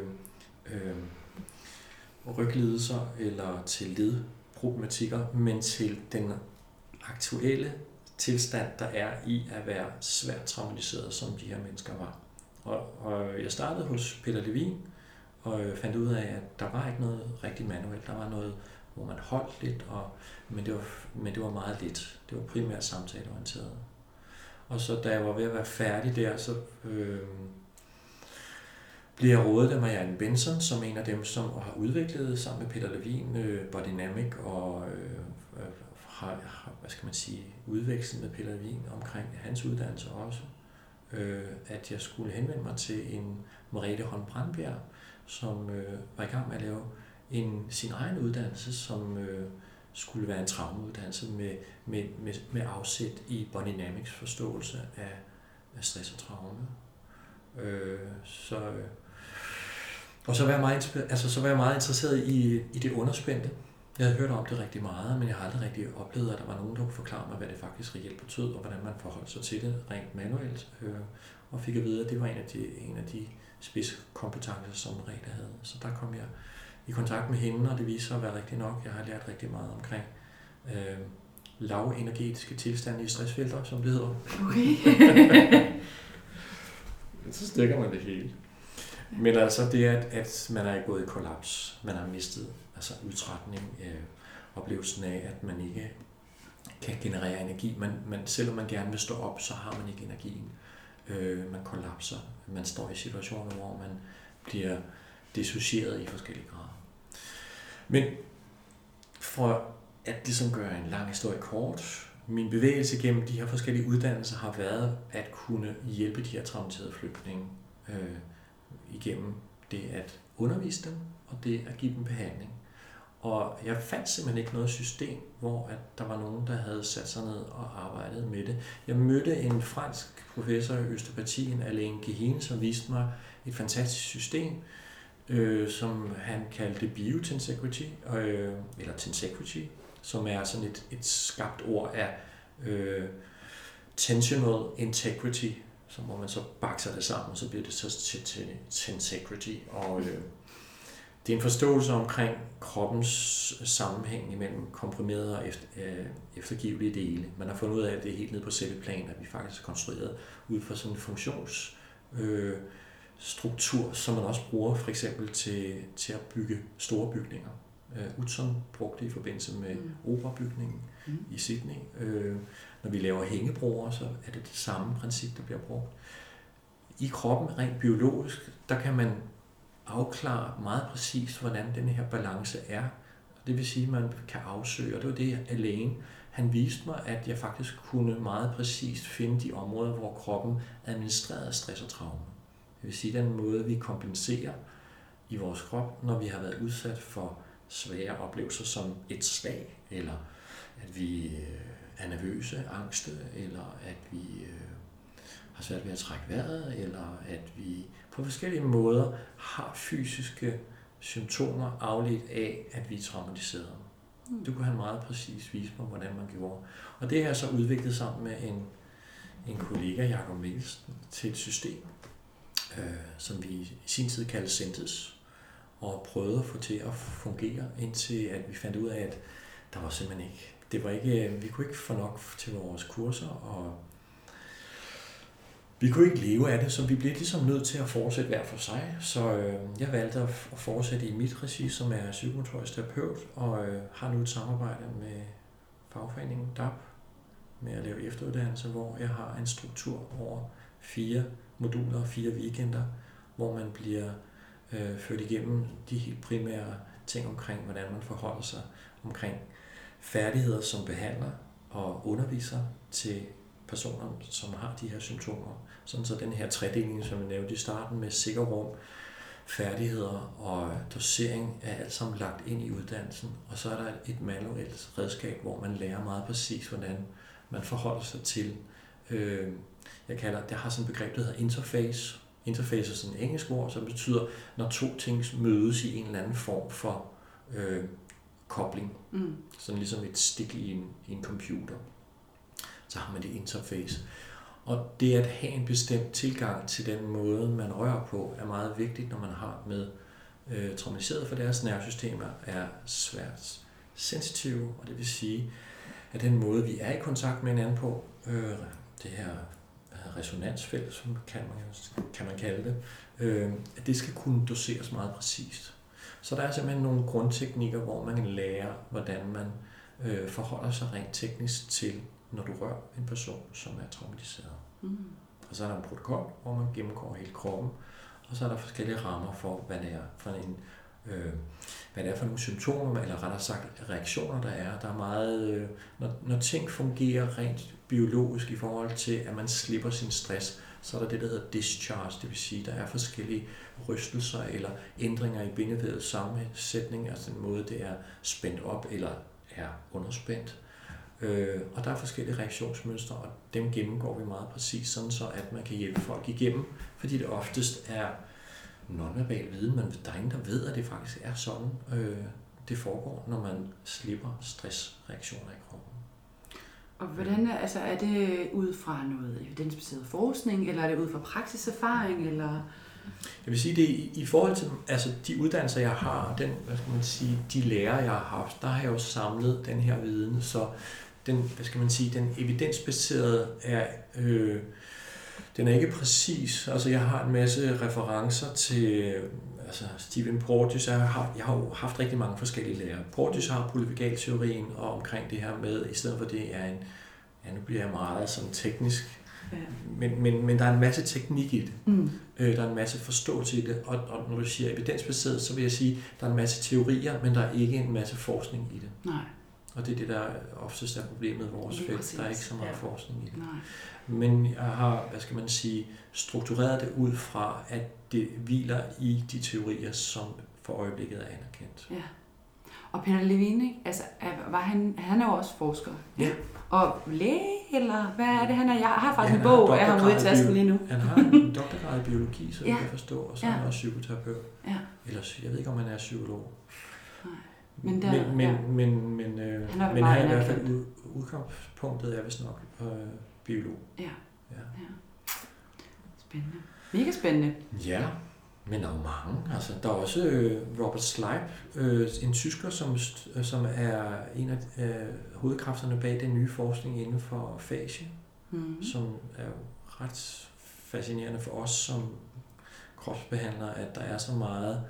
ryglidelser eller til ledproblematikker, men til den aktuelle tilstand, der er i at være svært traumatiseret, som de her mennesker var. Og jeg startede hos Peter Levin, og fandt ud af, at der var ikke noget rigtig manuelt. Der var noget, hvor man holdt lidt, men det var meget lidt. Det var primært samtaleorienteret. Og så da jeg var ved at være færdig der, så blev jeg rådet af Marianne Benson, som en af dem, som har udviklet sammen med Peter Levin Bodynamic og har udvekslet med Peter Levin omkring hans uddannelse også. At jeg skulle henvende mig til en Merete Holm Brandbjerg, som var i gang med at lave sin egen uddannelse, som skulle være en traumauddannelse med afsæt i Bodynamics forståelse af stress og traume. Så var jeg meget interesseret i det underspændte. Jeg havde hørt om det rigtig meget, men jeg har aldrig rigtig oplevet, at der var nogen, der kunne forklare mig, hvad det faktisk reelt betød, og hvordan man forholdt sig til det rent manuelt. Og fik at vide, at det var en af de spidskompetencer, som Merete havde. Så der kom jeg i kontakt med hende, og det viste sig at være rigtigt nok. Jeg har lært rigtig meget omkring lavenergetiske tilstande i stressfelter, som det hedder. Okay. Så stikker man det hele. Men altså det, at man er gået i kollaps, man har mistet udtrætning, oplevelsen af, at man ikke kan generere energi. Men selvom man gerne vil stå op, så har man ikke energien. Man kollapser. Man står i situationer, hvor man bliver dissocieret i forskellige grader. Men for at ligesom gøre en lang historie kort, min bevægelse gennem de her forskellige uddannelser har været at kunne hjælpe de her traumatiserede flygtninge igennem det at undervise dem, og det at give dem behandling. Og jeg fandt simpelthen ikke noget system, hvor at der var nogen, der havde sat sig ned og arbejdet med det. Jeg mødte en fransk professor i osteopatien, Alain Guéhin, som viste mig et fantastisk system, som han kaldte biotensequity, eller tensequity, som er sådan et skabt ord af tensional integrity, så må man så bakse det sammen, og så bliver det så til tensegrity. Og det er en forståelse omkring kroppens sammenhæng imellem komprimerede og eftergivelige dele. Man har fundet ud af, at det er helt nede på celleplan, at vi faktisk er konstrueret ud fra sådan en funktionsstruktur, som man også bruger for eksempel til at bygge store bygninger. Utzon brugte det i forbindelse med operabygningen i Sydney. Når vi laver hængebroer, så er det samme princip, der bliver brugt. I kroppen, rent biologisk, der kan man afklare meget præcist, hvordan den her balance er. Det vil sige, at man kan afsøge, og det var det alene. Han viste mig, at jeg faktisk kunne meget præcist finde de områder, hvor kroppen administrerede stress og traume. Det vil sige, den måde, vi kompenserer i vores krop, når vi har været udsat for svære oplevelser som et slag, eller at vi er nervøse, angste, eller at vi har svært ved at trække vejret, eller at vi på forskellige måder har fysiske symptomer afledt af, at vi er traumatiseret. Det kunne han meget præcis vise mig, hvordan man gjorde. Og det har jeg så udviklet sammen med en kollega, Jakob Mikkelsen, til et system, som vi i sin tid kaldte Sentis, og prøvede at få til at fungere, indtil at vi fandt ud af, at der var simpelthen ikke, vi kunne ikke få nok til vores kurser, og vi kunne ikke leve af det, så vi blev ligesom nødt til at fortsætte hver for sig. Så jeg valgte at fortsætte i mit regi, som er psykomotorisk terapeut, og har nu et samarbejde med fagforeningen DAP med at lave efteruddannelse, hvor jeg har en struktur over 4 moduler og 4 weekender, hvor man bliver ført igennem de helt primære ting omkring, hvordan man forholder sig omkring færdigheder som behandler og underviser til personer, som har de her symptomer. Sådan så den her tredeling, som jeg nævnte i starten, med sikker rum, færdigheder og dosering er alt sammen lagt ind i uddannelsen. Og så er der et manuelt redskab, hvor man lærer meget præcis, hvordan man forholder sig til. Det har sådan et begreb, der hedder interface. Interface er sådan et engelsk ord, som betyder, når 2 ting mødes i en eller anden form for kobling. Sådan ligesom et stik i en computer. Så har man det interface. Og det at have en bestemt tilgang til den måde, man rører på, er meget vigtigt, når man har med traumatiseret, for deres nervesystemer er svært sensitive, og det vil sige, at den måde, vi er i kontakt med hinanden på, det her resonansfelt, som kan man kalde det, at det skal kunne doseres meget præcist. Så der er simpelthen nogle grundteknikker, hvor man lærer, hvordan man forholder sig rent teknisk til, når du rører en person, som er traumatiseret. Og så er der en protokol, hvor man gennemgår hele kroppen, og så er der forskellige rammer for, hvad det er for nogle symptomer, eller rettere sagt reaktioner, der er. Der er meget, når ting fungerer rent biologisk i forhold til, at man slipper sin stress, så er der det, der hedder discharge, det vil sige, der er forskellige rystelser eller ændringer i bindevævets sammensætning, altså den måde, det er spændt op eller er underspændt. Og der er forskellige reaktionsmønstre, og dem gennemgår vi meget præcis, sådan så at man kan hjælpe folk igennem, fordi det oftest er nonverbal viden, men der er ingen, der ved, at det faktisk er sådan, det foregår, når man slipper stressreaktioner i kroppen. Og hvordan er det ud fra noget evidensbaseret forskning, eller er det ud fra praksiserfaring, eller? Jeg vil sige, det i forhold til de uddannelser, jeg har, de lærere, jeg har haft, der har jeg jo samlet den her viden, så den evidensbaserede er, den er ikke præcis. Altså, jeg har en masse referencer til Stephen Porges. Jeg har jo haft rigtig mange forskellige lærere. Porges har polyvagalteorien og omkring det her med, i stedet for det er nu bliver jeg meget sådan teknisk, men der er en masse teknik i det. Der er en masse forståelse i det, og når du siger evidensbaseret, så vil jeg sige, der er en masse teorier, men der er ikke en masse forskning i det. Nej. Og det er det, der oftest er problemet i vores felt. Der er ikke så meget forskning i det. Nej. Men jeg har, struktureret det ud fra, at det hviler i de teorier, som for øjeblikket er anerkendt. Ja. Og Peter Levine, han er jo også forsker. Ja. Og læge, eller hvad er det, han er? Jeg har faktisk en bog, jeg har ude i tasken lige nu. Han har en doktorgrad i biologi, så jeg kan forstå, og så er han også psykoterapeut. Ja. Eller jeg ved ikke, om han er psykolog. Nej. Men han har i hvert fald udgangspunktet er vist nok biolog. Ja. Spændende. Mega spændende. Ja, men der er jo mange. Altså, der er også Robert Sleip, en tysker, som er en af hovedkræfterne bag den nye forskning inden for facie, som er jo ret fascinerende for os som kropsbehandlere, at der er så meget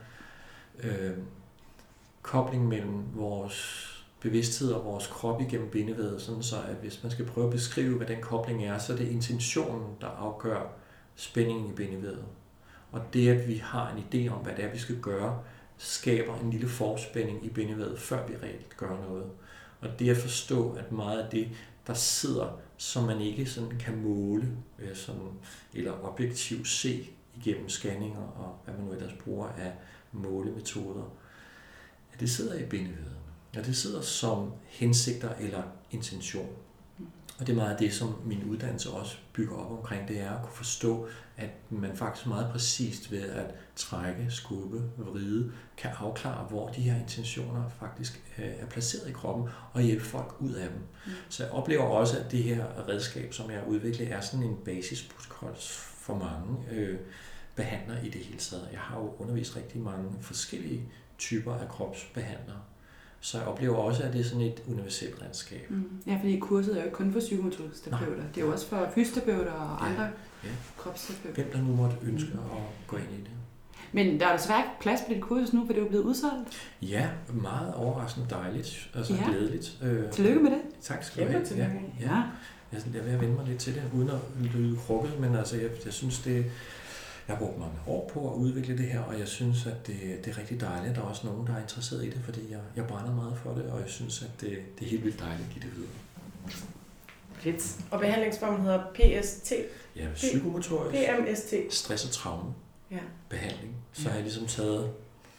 kobling mellem vores bevidsthed og vores krop igennem bindevævet, sådan så at hvis man skal prøve at beskrive, hvad den kobling er, så er det intentionen, der afgør spændingen i bindevævet. Og det, at vi har en idé om, hvad det er, vi skal gøre, skaber en lille forspænding i bindevævet, før vi reelt gør noget. Og det at forstå, at meget af det, der sidder, som man ikke sådan kan måle, eller objektivt se igennem scanninger og hvad man nu ellers bruger af målemetoder, at det sidder i bindevævet. Og det sidder som hensigter eller intention. Og det er meget af det, som min uddannelse også bygger op omkring, det er at kunne forstå, at man faktisk meget præcist ved at trække, skubbe, vride, kan afklare, hvor de her intentioner faktisk er placeret i kroppen, og hjælpe folk ud af dem. Så jeg oplever også, at det her redskab, som jeg udvikler, er sådan en basisprotokol for mange behandlere i det hele taget. Jeg har jo undervist rigtig mange forskellige typer af kropsbehandlere. Så jeg oplever også, at det er sådan et universelt redskab. Ja, fordi kurset er jo ikke kun for psykomotoriske terapeuter. Det er jo også for fysioterapeuter og andre kropsterapeuter. Hvem der nu måtte ønske at gå ind i det. Men der er desværre ikke plads på dit kursus nu, for det er jo blevet udsolgt. Ja, meget overraskende dejligt. Altså glædeligt. Tillykke med det. Tak skal du have. Ja. Jeg er ved at vende mig lidt til det, uden at lyde krukket, men altså, jeg synes, jeg har brugt mange år på at udvikle det her, og jeg synes, at det er rigtig dejligt. Der er også nogen, der er interesseret i det, fordi jeg brænder meget for det, og jeg synes, at det er helt vildt dejligt at give det videre. Fedt. Og behandlingsformen hedder PST? Ja, psykomotorisk. PMST. Stress og traume. Behandling. Så har jeg ligesom taget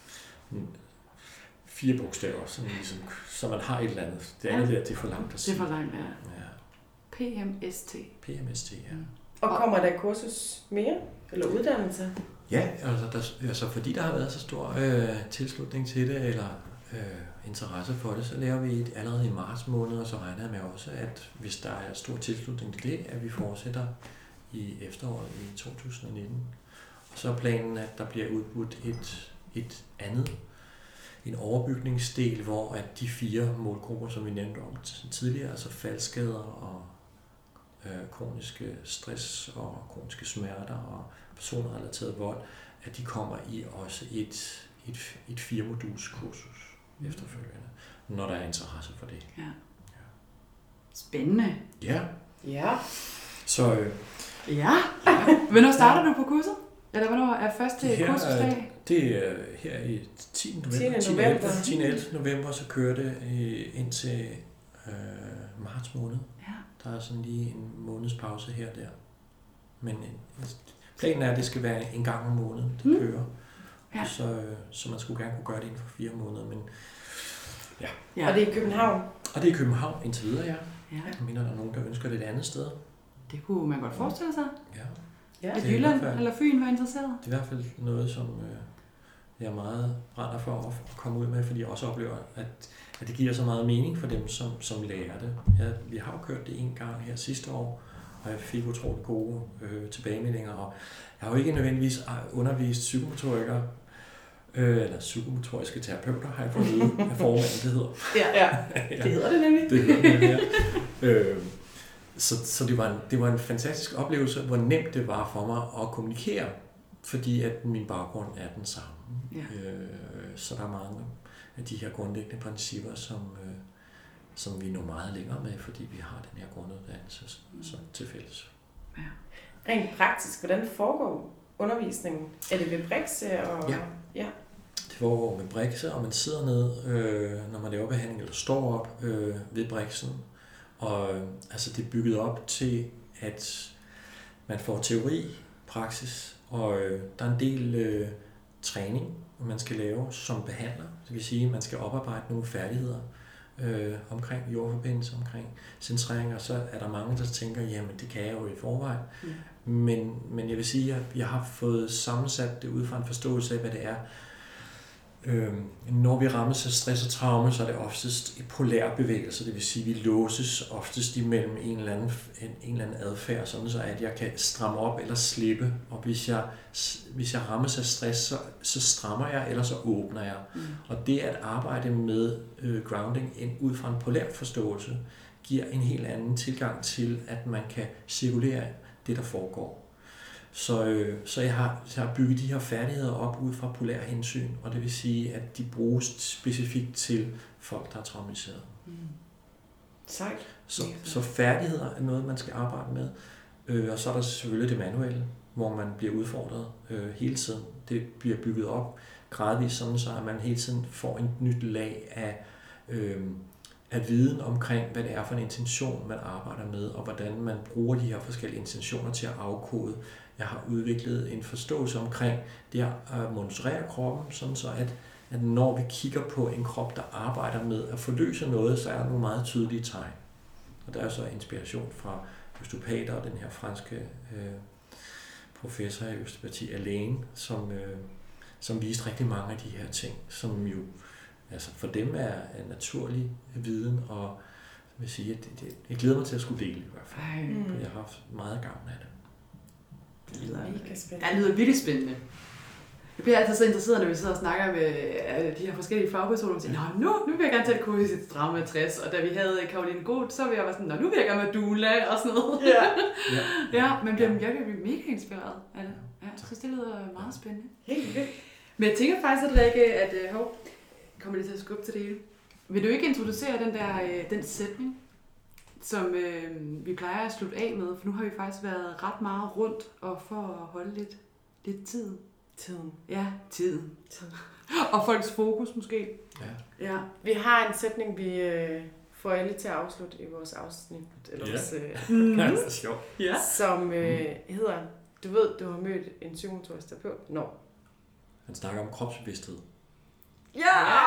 4 bogstaver, så man har et eller andet. Det andet der, det er for langt at sige. Det er for langt, ja. PMST. PMST, ja. Og kommer der kursus mere? Eller uddannelse? Ja, altså fordi der har været så stor tilslutning til det, eller interesse for det, så laver vi et allerede i marts måned, og så regner jeg med også, at hvis der er stor tilslutning til det, at vi fortsætter i efteråret i 2019. Og så er planen, at der bliver udbudt en overbygningsdel, hvor at de 4 målgrupper, som vi nævnte om tidligere, altså faldskader og kroniske stress og kroniske smerter og personrelateret vold, at de kommer i også et 4-moduls kursus efterfølgende, når der er interesse for det. Ja. Spændende. Ja. Så Hvornår starter du på kurset? Eller hvornår er første kursusdag? Det er her i 10. november. 10. november, så kører det indtil marts måned. Ja. Der er sådan lige en måneds pause her og der. Men planen er, at det skal være en gang om måneden, det kører. Ja. Så man skulle gerne kunne gøre det inden for 4 måneder. Men, ja. Og det er i København? Og det er i København indtil videre, ja. Jeg mener, der er nogen, der ønsker det et andet sted. Det kunne man godt forestille sig. Ja. At Jylland eller Fyn var interesseret. Det er i hvert fald noget, som jeg meget brænder for at komme ud med, fordi jeg også oplever, at det giver så meget mening for dem, som lærer det. Vi har jo kørt det en gang her sidste år, og jeg fik utroligt gode tilbagemeldinger. Og jeg har jo ikke nødvendigvis undervist psykomotorikere, eller psykomotoriske terapeuter, har jeg fået at vide af formanden, det hedder. Ja, det hedder det nemlig. Det hedder det nemlig, ja. Så det var en fantastisk oplevelse, hvor nemt det var for mig at kommunikere, fordi at min baggrund er den samme. Ja. Så der er mange af de her grundlæggende principper, som vi når meget længere med, fordi vi har den her grunduddannelse til fælles. Ja. Rent praktisk, hvordan foregår undervisningen? Er det ved Brixse? Ja. Det foregår med Brixse, og man sidder ned, når man laver behandling, eller står op ved Brixen. Og altså det er bygget op til, at man får teori, praksis, og der er en del træning, man skal lave som behandler. Det vil sige, at man skal oparbejde nogle færdigheder omkring jordforbindelse, omkring centrering, og så er der mange, der tænker, jamen det kan jeg jo i forvejen. Men jeg vil sige, at jeg har fået sammensat det ud fra en forståelse af, hvad det er, Når vi rammes af stress og traume, så er det oftest i polære bevægelser, det vil sige, at vi låses oftest imellem en eller anden adfærd, sådan så at jeg kan stramme op eller slippe, og hvis jeg rammes af stress, så strammer jeg, eller så åbner jeg. Og det at arbejde med grounding ud fra en polær forståelse, giver en helt anden tilgang til, at man kan cirkulere det, der foregår. Så jeg har bygget de her færdigheder op ud fra polær hensyn, og det vil sige, at de bruges specifikt til folk, der er traumatiseret. Sejt. Så færdigheder er noget, man skal arbejde med. Og så er der selvfølgelig det manuelle, hvor man bliver udfordret hele tiden. Det bliver bygget op gradvist, sådan så at man hele tiden får et nyt lag af viden omkring, hvad det er for en intention, man arbejder med, og hvordan man bruger de her forskellige intentioner til at afkode. Jeg har udviklet en forståelse omkring det at monitorere kroppen, sådan så at når vi kigger på en krop, der arbejder med at forløse noget, så er der nogle meget tydelige tegn. Og der er så inspiration fra osteopater og den her franske professor i osteopati Alain, som viste rigtig mange af de her ting, som jo altså for dem er en naturlig viden, og jeg vil sige, at jeg glæder mig til at skulle dele i hvert fald. Jeg har haft meget gavn af det. Det lyder mega spændende. Det lyder virkelig spændende. Jeg bliver altid så interesseret, når vi sidder og snakker med de her forskellige fagpersoner, og siger, nu vil jeg gerne tage et kursus i drama 60, og da vi havde Caroline God, så vil jeg være sådan, nu vil jeg gerne være doula og sådan noget. Ja, men jeg bliver mega inspireret af det. Ja, jeg synes, det lyder meget spændende. Helt vildt. Men jeg tænker faktisk, Rikke, at kommer lige til at skubbe til det hele. Vil du ikke introducere den sætning, som vi plejer at slutte af med? For nu har vi faktisk været ret meget rundt, og for at holde lidt tid. Tiden. Ja, tiden. Og folks fokus måske. Ja. Vi har en sætning, vi får alle til at afslutte i vores afsnit. Eller det er sjovt. Som hedder, du ved, du har mødt en psykomotorisk terapeut. Når? Han snakker om kropsbevidsthed. Ja!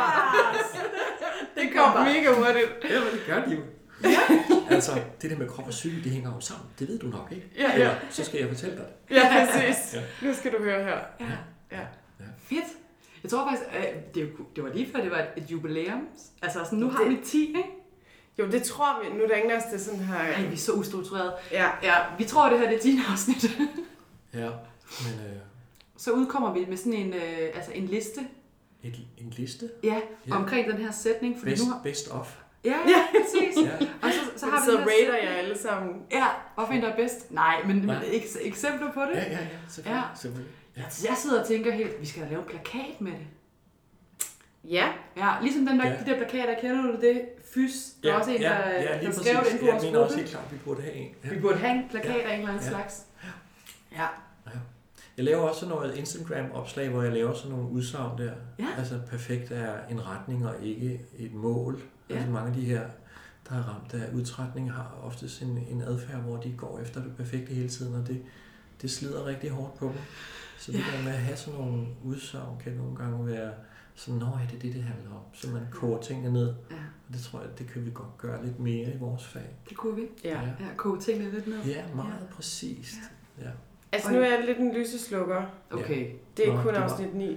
Det kom mega hurtigt. Ja, men det gør de jo. Altså, det der med krop og psyke, det hænger jo sammen. Det ved du nok, ikke? Ja. Eller, så skal jeg fortælle dig det. Ja, præcis. Nu skal du høre her. Ja. Fedt. Jeg tror faktisk, det var lige før, det var et jubilæum. Altså, sådan, nu har vi 10, ikke? Jo, det tror vi. Nu er der ingen af os, der sådan har... Ej, vi er så ustruktureret. Ja. Vi tror, det her det er 10 afsnit. Ja, men... Så udkommer vi med sådan en liste. En liste? Ja, omkring den her sætning. Fordi Best of. Ja, præcis. Ja. Og så har vi så rater jeg alle sammen. Ja, og finder der bedst. Nej, men eksempler på det. Ja, selvfølgelig. Ja. Jeg sidder og tænker helt, vi skal lave en plakat med det. Ja. Ja, ligesom de der plakater, kender du det? Fys, der er også en, der skrev det ind på vores gruppe. Jeg mener også helt klart, vi burde have en. Ja. Vi burde have en plakat af en eller anden slags. Ja. Jeg laver også noget Instagram-opslag, hvor jeg laver sådan nogle udsagn der. Ja. Altså perfekt er en retning og ikke et mål. Ja. Altså mange af de her, der er ramt af udtrætning, har oftest en adfærd, hvor de går efter det perfekte hele tiden, og det slider rigtig hårdt på dem. Så det der med at have sådan nogle udsagn, kan nogle gange være sådan, det handler om. Så man koger tingene ned. Ja. Og det tror jeg, det kan vi godt gøre lidt mere i vores fag. Det kunne vi. Ja, koge tingene lidt ned. Ja, meget præcist. Ja. Altså nu er jeg lidt en lyseslukker. Okay. Det er kun afsnit 9.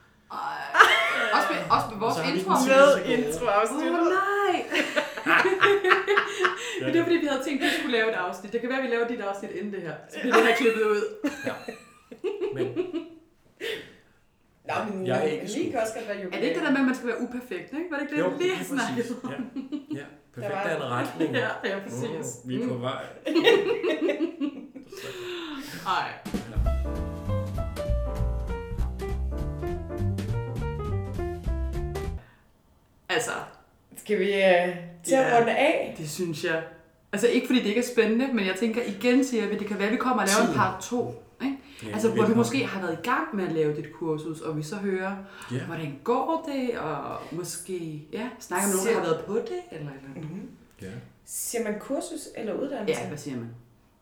Også med vores intro. Med intro-afsnit. Nej! Men det er fordi, vi havde tænkt, at vi skulle lave et afsnit. Det kan være, at vi laver dit afsnit inden det her. Så bliver det her klippet ud. Ja. Men... jeg er ikke lige også godt være jubilæum. Er det ikke det der med, at man skal være uperfekt, ikke? Var det ikke det, vi lige snakkede om? Ja, perfekt er en retning. Ja, præcis. Vi er på vej. Ej. Altså, skal vi til at runde af? Det synes jeg. Altså ikke fordi det ikke er spændende, men jeg tænker igen, siger vi, det kan være, at vi kommer og laver en part 2. Ikke? Ja, altså hvor du måske har været i gang med at lave dit kursus, og vi så hører, hvordan går det, og måske snakker med nogen, der har været på det, eller. Mm-hmm. Ja. Siger man kursus eller uddannelse? Ja, hvad siger man?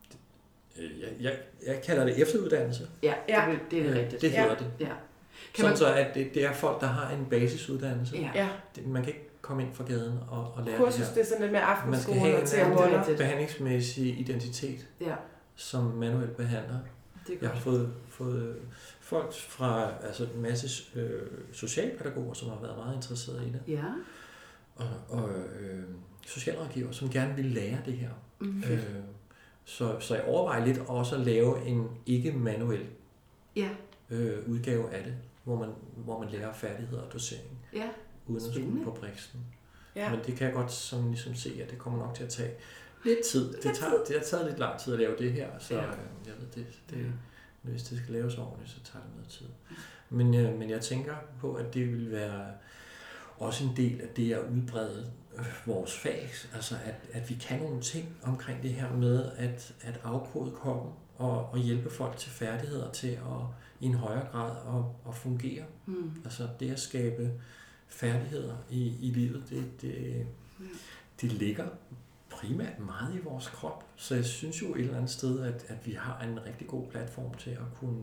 Jeg kalder det efteruddannelse. Ja, det er det rigtigt. Det hedder det. Ja. Så at det er folk, der har en basisuddannelse. Ja. Man kan ikke komme ind fra gaden og lære kursus, det her. Det er sådan lidt med aftenskole og til at Man skal have en behandlingsmæssig identitet, som manuelt behandler. Jeg har fået folk fra en masse socialpædagoger, som har været meget interesserede i det. Ja. Og socialrådgiver, som gerne vil lære det her. Så jeg overvejer lidt også at lave en ikke-manuel udgave af det, hvor man lærer færdigheder og dosering. Ja. Uden at skulle på briksen. Ja. Men det kan jeg godt sådan ligesom se, at det kommer nok til at tage lidt tid. Det har taget lidt lang tid at lave det her, så jeg ved, hvis det skal laves ordentligt, så tager det noget tid. Men jeg tænker på, at det vil være også en del af det at udbrede vores fag, altså at vi kan nogle ting omkring det her med at afkode kroppen og hjælpe folk til færdigheder til at i en højere grad at fungere. Altså det at skabe færdigheder i livet, det ligger primært meget i vores krop. Så jeg synes jo et eller andet sted, at vi har en rigtig god platform til at kunne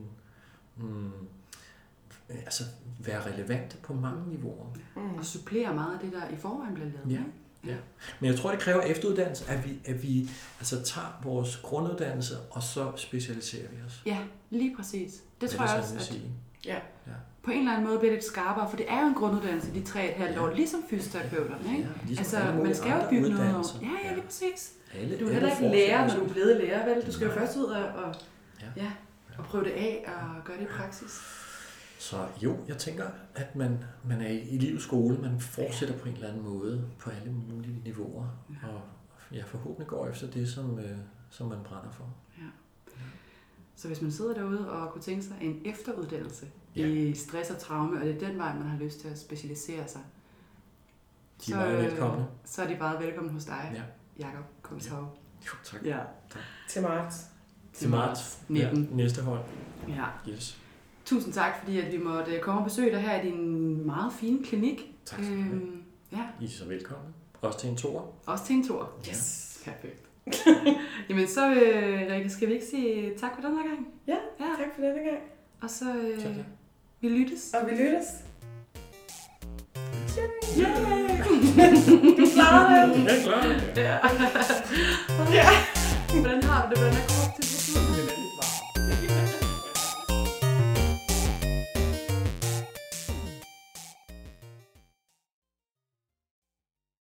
være relevante på mange niveauer. Og supplere meget af det, der i forvejen bliver lavet. Ja. Men jeg tror, det kræver efteruddannelse, at vi tager vores grunduddannelse, og så specialiserer vi os. Ja, lige præcis. Det tror jeg også, at på en eller anden måde bliver det skarpere, for det er jo en grunduddannelse, de 3,5 år, ligesom fysioterapeuterne, ikke? Ja, ligesom man skal jo bygge noget over. Ja, lige præcis. Du er heller ikke lærer, når du er blevet lærer, vel? Du skal jo først ud og prøve det af og gøre det i praksis. Så jo, jeg tænker, at man er i livets skole, man fortsætter på en eller anden måde på alle mulige niveauer, og forhåbentlig går efter det, som man brænder for. Ja. Så hvis man sidder derude og kunne tænke sig en efteruddannelse i stress og traume, og det er den vej, man har lyst til at specialisere sig, de er meget velkomne. Så er de meget velkommen hos dig, Jakob Kungshav. Jo, tak. Ja. Tak. Til marts 19. Ja, næste hold. Ja. Yes. Tusind tak, fordi at vi måtte komme og besøge dig her i din meget fine klinik. Tak skal du have. Ja. I er så velkomne. Også til en toer. Også til en toer. Yes. Perfekt. Jamen så, Rikke, skal vi ikke sige tak for den her gang? Ja, tak for denne gang. Og så, vi lyttes. Og vi lyttes. Yay! Du klarer det. Jeg klarer det. Ja. Hvordan har du det,